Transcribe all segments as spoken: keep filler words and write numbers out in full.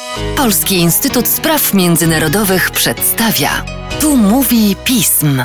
Polski Instytut Spraw Międzynarodowych przedstawia. Tu mówi pism.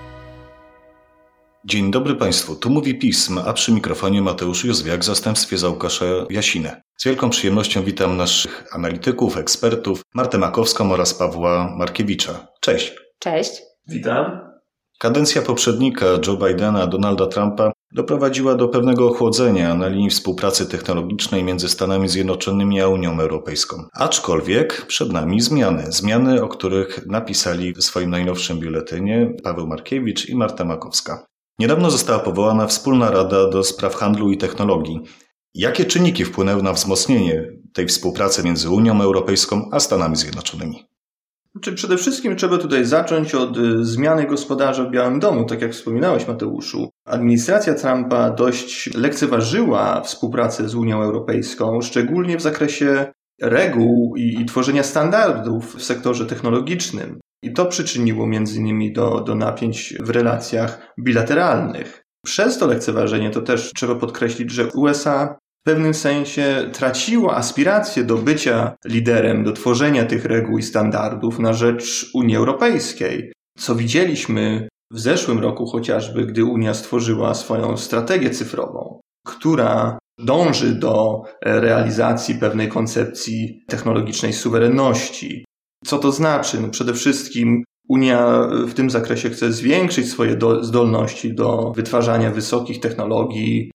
Dzień dobry Państwu, tu mówi pism, a przy mikrofonie Mateusz Józwiak w zastępstwie za Łukasza Jasinę. Z wielką przyjemnością witam naszych analityków, ekspertów, Martę Makowską oraz Pawła Markiewicza. Cześć. Cześć. Witam. Kadencja poprzednika Joe Bidena, Donalda Trumpa, doprowadziła do pewnego ochłodzenia na linii współpracy technologicznej między Stanami Zjednoczonymi a Unią Europejską. Aczkolwiek przed nami zmiany. Zmiany, o których napisali w swoim najnowszym biuletynie Paweł Markiewicz i Marta Makowska. Niedawno została powołana Wspólna Rada do Spraw Handlu i Technologii. Jakie czynniki wpłynęły na wzmocnienie tej współpracy między Unią Europejską a Stanami Zjednoczonymi? Przede wszystkim trzeba tutaj zacząć od zmiany gospodarza w Białym Domu, tak jak wspominałeś, Mateuszu. Administracja Trumpa dość lekceważyła współpracę z Unią Europejską, szczególnie w zakresie reguł i, i tworzenia standardów w sektorze technologicznym. I to przyczyniło między innymi do, do napięć w relacjach bilateralnych. Przez to lekceważenie to też trzeba podkreślić, że U S A w pewnym sensie traciło aspiracje do bycia liderem, do tworzenia tych reguł i standardów na rzecz Unii Europejskiej. Co widzieliśmy w zeszłym roku chociażby, gdy Unia stworzyła swoją strategię cyfrową, która dąży do realizacji pewnej koncepcji technologicznej suwerenności. Co to znaczy? No przede wszystkim Unia w tym zakresie chce zwiększyć swoje do, zdolności do wytwarzania wysokich technologii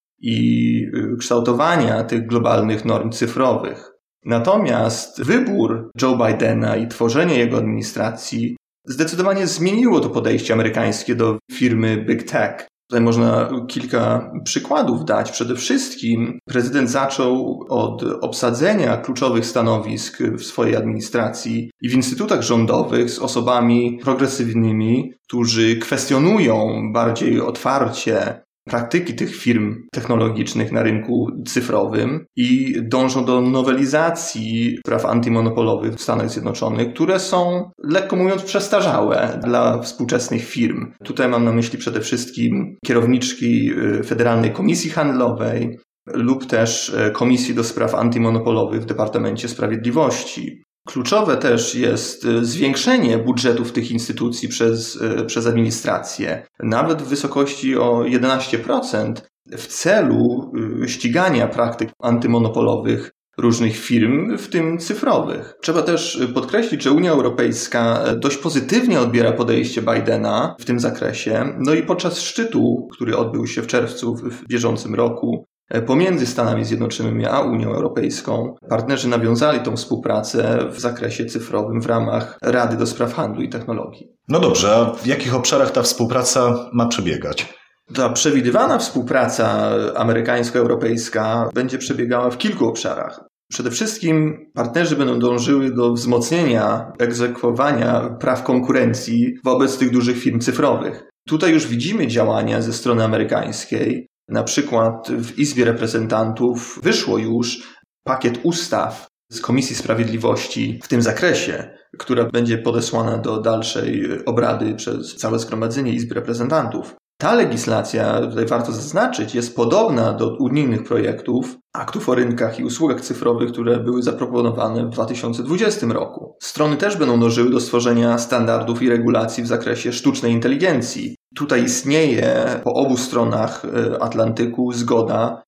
i kształtowania tych globalnych norm cyfrowych. Natomiast wybór Joe Bidena i tworzenie jego administracji zdecydowanie zmieniło to podejście amerykańskie do firmy Big Tech. Tutaj można kilka przykładów dać. Przede wszystkim prezydent zaczął od obsadzenia kluczowych stanowisk w swojej administracji i w instytutach rządowych z osobami progresywnymi, którzy kwestionują bardziej otwarcie praktyki tych firm technologicznych na rynku cyfrowym i dążą do nowelizacji praw antymonopolowych w Stanach Zjednoczonych, które są, lekko mówiąc, przestarzałe dla współczesnych firm. Tutaj mam na myśli przede wszystkim kierowniczki Federalnej Komisji Handlowej lub też Komisji do Spraw Antymonopolowych w Departamencie Sprawiedliwości. Kluczowe też jest zwiększenie budżetów tych instytucji przez, przez administrację, nawet w wysokości o jedenaście procent w celu ścigania praktyk antymonopolowych różnych firm, w tym cyfrowych. Trzeba też podkreślić, że Unia Europejska dość pozytywnie odbiera podejście Bidena w tym zakresie. No i podczas szczytu, który odbył się w czerwcu w bieżącym roku, pomiędzy Stanami Zjednoczonymi a Unią Europejską partnerzy nawiązali tą współpracę w zakresie cyfrowym w ramach Rady do Spraw Handlu i Technologii. No dobrze, a w jakich obszarach ta współpraca ma przebiegać? Ta przewidywana współpraca amerykańsko-europejska będzie przebiegała w kilku obszarach. Przede wszystkim partnerzy będą dążyły do wzmocnienia egzekwowania praw konkurencji wobec tych dużych firm cyfrowych. Tutaj już widzimy działania ze strony amerykańskiej. Na przykład w Izbie Reprezentantów wyszło już pakiet ustaw z Komisji Sprawiedliwości w tym zakresie, która będzie podesłana do dalszej obrady przez całe Zgromadzenie Izby Reprezentantów. Ta legislacja, tutaj warto zaznaczyć, jest podobna do unijnych projektów aktów o rynkach i usługach cyfrowych, które były zaproponowane w dwa tysiące dwudziestym roku. Strony też będą dążyły do stworzenia standardów i regulacji w zakresie sztucznej inteligencji. Tutaj istnieje po obu stronach Atlantyku zgoda,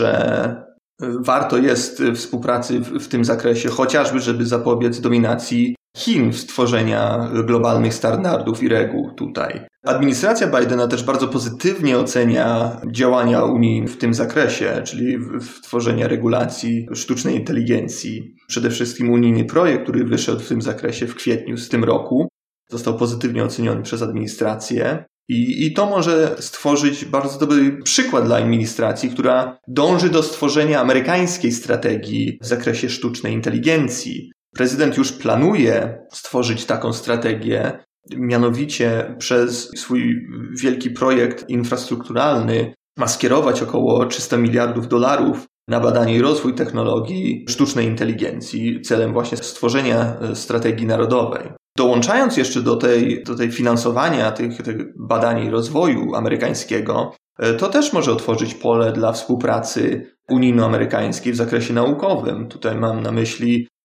że warto jest współpracy w, w tym zakresie, chociażby żeby zapobiec dominacji Chin w stworzenia globalnych standardów i reguł tutaj. Administracja Bidena też bardzo pozytywnie ocenia działania Unii w tym zakresie, czyli w, w tworzenia regulacji sztucznej inteligencji. Przede wszystkim unijny projekt, który wyszedł w tym zakresie w kwietniu z tym roku, został pozytywnie oceniony przez administrację. I, I to może stworzyć bardzo dobry przykład dla administracji, która dąży do stworzenia amerykańskiej strategii w zakresie sztucznej inteligencji. Prezydent już planuje stworzyć taką strategię, mianowicie przez swój wielki projekt infrastrukturalny ma skierować około trzysta miliardów dolarów na badanie i rozwój technologii sztucznej inteligencji celem właśnie stworzenia strategii narodowej. Dołączając jeszcze do tej, do tej finansowania tych, tych badań i rozwoju amerykańskiego, to też może otworzyć pole dla współpracy unijno-amerykańskiej w zakresie naukowym. Tutaj mam na myśli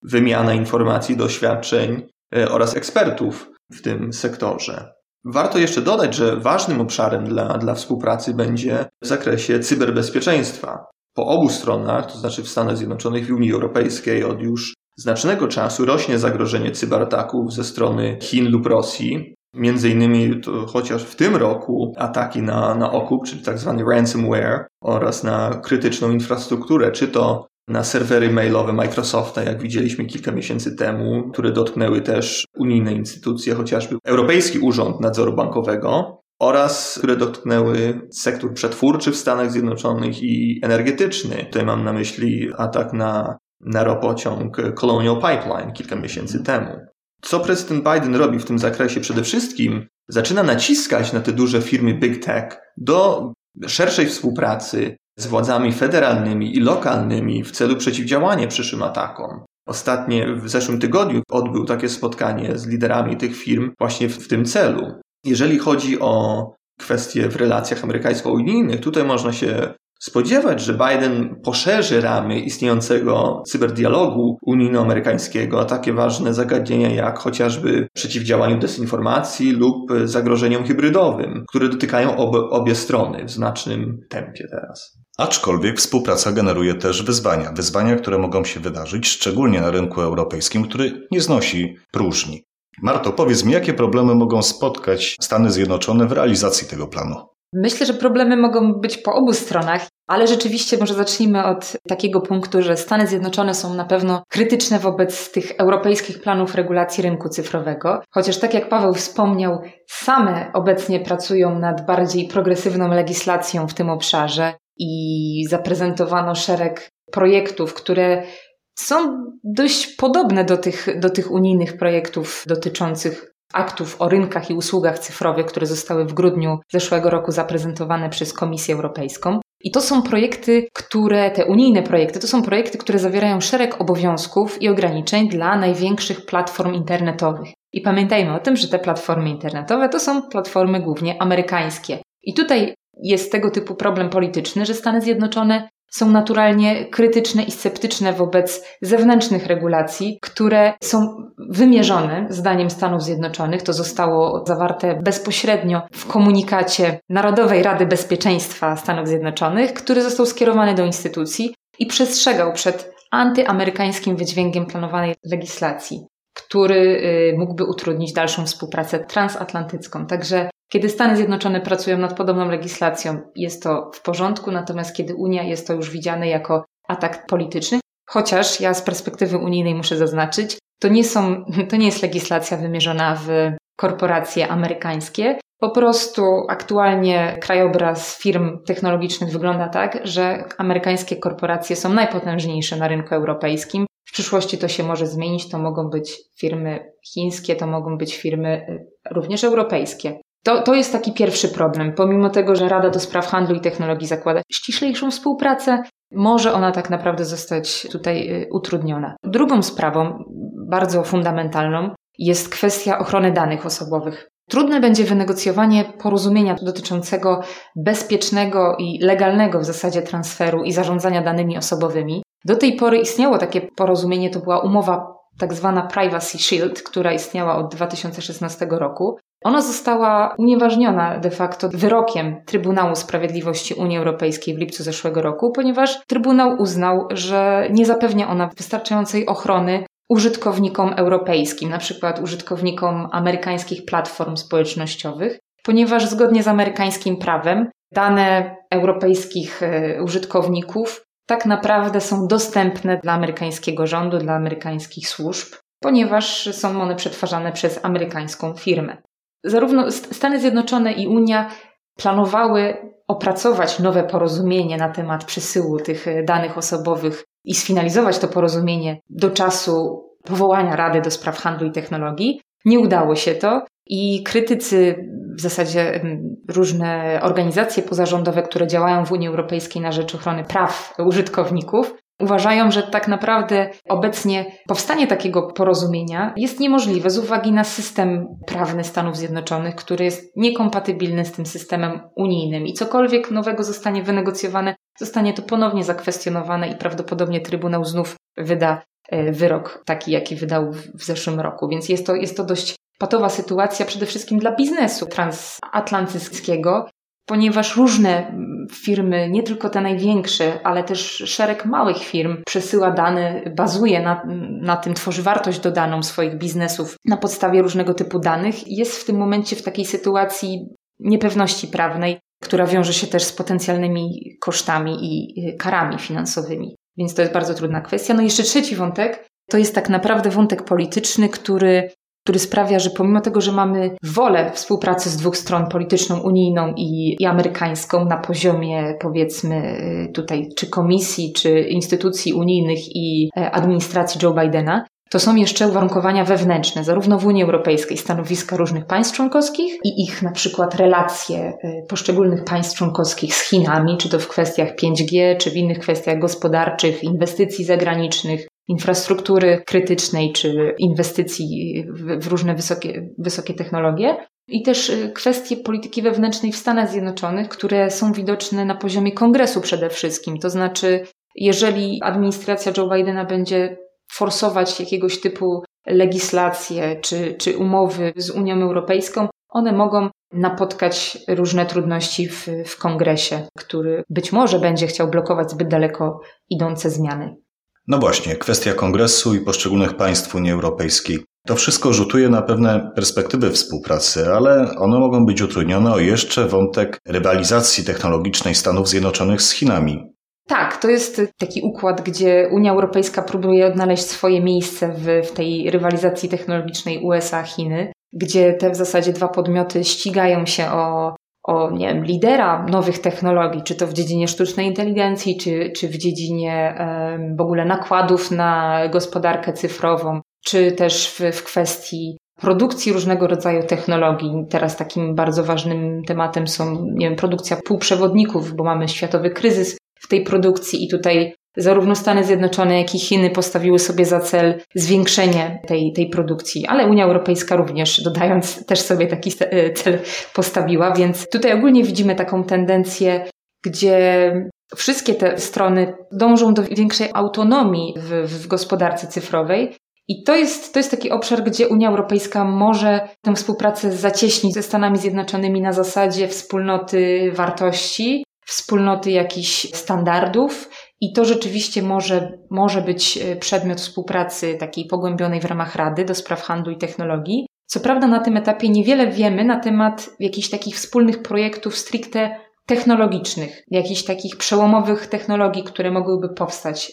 wymiana informacji, doświadczeń oraz ekspertów w tym sektorze. Warto jeszcze dodać, że ważnym obszarem dla, dla współpracy będzie w zakresie cyberbezpieczeństwa. Po obu stronach, to znaczy w Stanach Zjednoczonych i Unii Europejskiej, od już znacznego czasu rośnie zagrożenie cyberataków ze strony Chin lub Rosji. Między innymi to chociaż w tym roku ataki na, na okup, czyli tak zwany ransomware, oraz na krytyczną infrastrukturę, czy to na serwery mailowe Microsofta, jak widzieliśmy kilka miesięcy temu, które dotknęły też unijne instytucje, chociażby Europejski Urząd Nadzoru Bankowego, oraz które dotknęły sektor przetwórczy w Stanach Zjednoczonych i energetyczny. Tutaj mam na myśli atak na, na ropociąg Colonial Pipeline kilka miesięcy temu. Co prezydent Biden robi w tym zakresie? Przede wszystkim zaczyna naciskać na te duże firmy Big Tech do szerszej współpracy z władzami federalnymi i lokalnymi w celu przeciwdziałania przyszłym atakom. Ostatnie w zeszłym tygodniu odbył takie spotkanie z liderami tych firm właśnie w, w tym celu. Jeżeli chodzi o kwestie w relacjach amerykańsko-unijnych, tutaj można się spodziewać, że Biden poszerzy ramy istniejącego cyberdialogu unijno-amerykańskiego o takie ważne zagadnienia jak chociażby przeciwdziałaniu dezinformacji lub zagrożeniom hybrydowym, które dotykają ob- obie strony w znacznym tempie teraz. Aczkolwiek współpraca generuje też wyzwania. Wyzwania, które mogą się wydarzyć, szczególnie na rynku europejskim, który nie znosi próżni. Marto, powiedz mi, jakie problemy mogą spotkać Stany Zjednoczone w realizacji tego planu? Myślę, że problemy mogą być po obu stronach, ale rzeczywiście może zacznijmy od takiego punktu, że Stany Zjednoczone są na pewno krytyczne wobec tych europejskich planów regulacji rynku cyfrowego, chociaż tak jak Paweł wspomniał, same obecnie pracują nad bardziej progresywną legislacją w tym obszarze i zaprezentowano szereg projektów, które są dość podobne do tych, do tych unijnych projektów dotyczących aktów o rynkach i usługach cyfrowych, które zostały w grudniu zeszłego roku zaprezentowane przez Komisję Europejską. I to są projekty, które, te unijne projekty, to są projekty, które zawierają szereg obowiązków i ograniczeń dla największych platform internetowych. I pamiętajmy o tym, że te platformy internetowe to są platformy głównie amerykańskie. I tutaj jest tego typu problem polityczny, że Stany Zjednoczone są naturalnie krytyczne i sceptyczne wobec zewnętrznych regulacji, które są wymierzone, zdaniem Stanów Zjednoczonych, to zostało zawarte bezpośrednio w komunikacie Narodowej Rady Bezpieczeństwa Stanów Zjednoczonych, który został skierowany do instytucji i przestrzegał przed antyamerykańskim wydźwiękiem planowanej legislacji, który mógłby utrudnić dalszą współpracę transatlantycką. Także kiedy Stany Zjednoczone pracują nad podobną legislacją, jest to w porządku, natomiast kiedy Unia, jest to już widziane jako atak polityczny, chociaż ja z perspektywy unijnej muszę zaznaczyć, to nie są, to nie jest legislacja wymierzona w korporacje amerykańskie. Po prostu aktualnie krajobraz firm technologicznych wygląda tak, że amerykańskie korporacje są najpotężniejsze na rynku europejskim. W przyszłości to się może zmienić, to mogą być firmy chińskie, to mogą być firmy również europejskie. To, to jest taki pierwszy problem. Pomimo tego, że Rada do Spraw Handlu i Technologii zakłada ściślejszą współpracę, może ona tak naprawdę zostać tutaj utrudniona. Drugą sprawą, bardzo fundamentalną, jest kwestia ochrony danych osobowych. Trudne będzie wynegocjowanie porozumienia dotyczącego bezpiecznego i legalnego w zasadzie transferu i zarządzania danymi osobowymi. Do tej pory istniało takie porozumienie, to była umowa tak zwana Privacy Shield, która istniała od dwa tysiące szesnastego roku. Ona została unieważniona de facto wyrokiem Trybunału Sprawiedliwości Unii Europejskiej w lipcu zeszłego roku, ponieważ Trybunał uznał, że nie zapewnia ona wystarczającej ochrony użytkownikom europejskim, na przykład użytkownikom amerykańskich platform społecznościowych, ponieważ zgodnie z amerykańskim prawem dane europejskich użytkowników tak naprawdę są dostępne dla amerykańskiego rządu, dla amerykańskich służb, ponieważ są one przetwarzane przez amerykańską firmę. Zarówno Stany Zjednoczone i Unia planowały opracować nowe porozumienie na temat przesyłu tych danych osobowych i sfinalizować to porozumienie do czasu powołania Rady do Spraw Handlu i Technologii. Nie udało się to i krytycy, w zasadzie różne organizacje pozarządowe, które działają w Unii Europejskiej na rzecz ochrony praw użytkowników, uważają, że tak naprawdę obecnie powstanie takiego porozumienia jest niemożliwe z uwagi na system prawny Stanów Zjednoczonych, który jest niekompatybilny z tym systemem unijnym i cokolwiek nowego zostanie wynegocjowane, zostanie to ponownie zakwestionowane i prawdopodobnie Trybunał znów wyda wyrok taki, jaki wydał w zeszłym roku. Więc jest to, jest to dość patowa sytuacja przede wszystkim dla biznesu transatlantyckiego, ponieważ różne firmy, nie tylko te największe, ale też szereg małych firm przesyła dane, bazuje na, na tym, tworzy wartość dodaną swoich biznesów na podstawie różnego typu danych i jest w tym momencie w takiej sytuacji niepewności prawnej, która wiąże się też z potencjalnymi kosztami i karami finansowymi. Więc to jest bardzo trudna kwestia. No i jeszcze trzeci wątek, to jest tak naprawdę wątek polityczny, który który sprawia, że pomimo tego, że mamy wolę współpracy z dwóch stron, polityczną, unijną i, i amerykańską na poziomie, powiedzmy tutaj, czy komisji, czy instytucji unijnych i administracji Joe Bidena, to są jeszcze uwarunkowania wewnętrzne, zarówno w Unii Europejskiej, stanowiska różnych państw członkowskich i ich na przykład relacje poszczególnych państw członkowskich z Chinami, czy to w kwestiach pięć G, czy w innych kwestiach gospodarczych, inwestycji zagranicznych, infrastruktury krytycznej, czy inwestycji w, w różne wysokie, wysokie technologie. I też kwestie polityki wewnętrznej w Stanach Zjednoczonych, które są widoczne na poziomie kongresu przede wszystkim. To znaczy, jeżeli administracja Joe Bidena będzie forsować jakiegoś typu legislacje czy, czy umowy z Unią Europejską, one mogą napotkać różne trudności w, w kongresie, który być może będzie chciał blokować zbyt daleko idące zmiany. No właśnie, kwestia kongresu i poszczególnych państw Unii Europejskiej. To wszystko rzutuje na pewne perspektywy współpracy, ale one mogą być utrudnione o jeszcze wątek rywalizacji technologicznej Stanów Zjednoczonych z Chinami. Tak, to jest taki układ, gdzie Unia Europejska próbuje odnaleźć swoje miejsce w, w tej rywalizacji technologicznej U S A-Chiny, gdzie te w zasadzie dwa podmioty ścigają się o, o nie wiem, lidera nowych technologii, czy to w dziedzinie sztucznej inteligencji, czy, czy w dziedzinie um, w ogóle nakładów na gospodarkę cyfrową, czy też w, w kwestii produkcji różnego rodzaju technologii. Teraz takim bardzo ważnym tematem są, nie wiem, produkcja półprzewodników, bo mamy światowy kryzys w tej produkcji i tutaj zarówno Stany Zjednoczone, jak i Chiny postawiły sobie za cel zwiększenie tej, tej produkcji, ale Unia Europejska również, dodając, też sobie taki cel postawiła, więc tutaj ogólnie widzimy taką tendencję, gdzie wszystkie te strony dążą do większej autonomii w, w gospodarce cyfrowej. I to jest, to jest taki obszar, gdzie Unia Europejska może tę współpracę zacieśnić ze Stanami Zjednoczonymi na zasadzie wspólnoty wartości, wspólnoty jakichś standardów i to rzeczywiście może, może być przedmiot współpracy takiej pogłębionej w ramach Rady do spraw handlu i technologii. Co prawda na tym etapie niewiele wiemy na temat jakichś takich wspólnych projektów stricte technologicznych, jakichś takich przełomowych technologii, które mogłyby powstać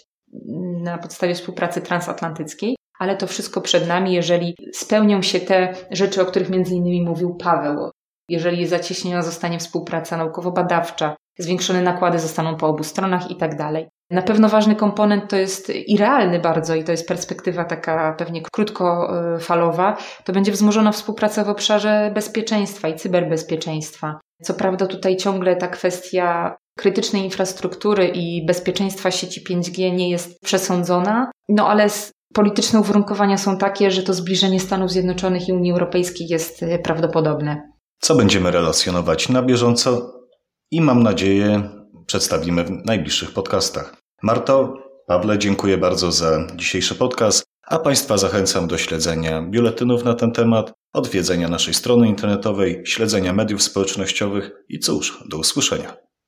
na podstawie współpracy transatlantyckiej, ale to wszystko przed nami, jeżeli spełnią się te rzeczy, o których między innymi mówił Paweł. Jeżeli zacieśniona zostanie współpraca naukowo-badawcza, zwiększone nakłady zostaną po obu stronach i tak dalej. Na pewno ważny komponent to jest i realny bardzo i to jest perspektywa taka pewnie krótkofalowa, to będzie wzmożona współpraca w obszarze bezpieczeństwa i cyberbezpieczeństwa. Co prawda tutaj ciągle ta kwestia krytycznej infrastruktury i bezpieczeństwa sieci pięć G nie jest przesądzona, no ale polityczne uwarunkowania są takie, że to zbliżenie Stanów Zjednoczonych i Unii Europejskiej jest prawdopodobne. Co będziemy relacjonować na bieżąco i mam nadzieję przedstawimy w najbliższych podcastach. Marto, Pawle, dziękuję bardzo za dzisiejszy podcast, a Państwa zachęcam do śledzenia biuletynów na ten temat, odwiedzenia naszej strony internetowej, śledzenia mediów społecznościowych i cóż, do usłyszenia.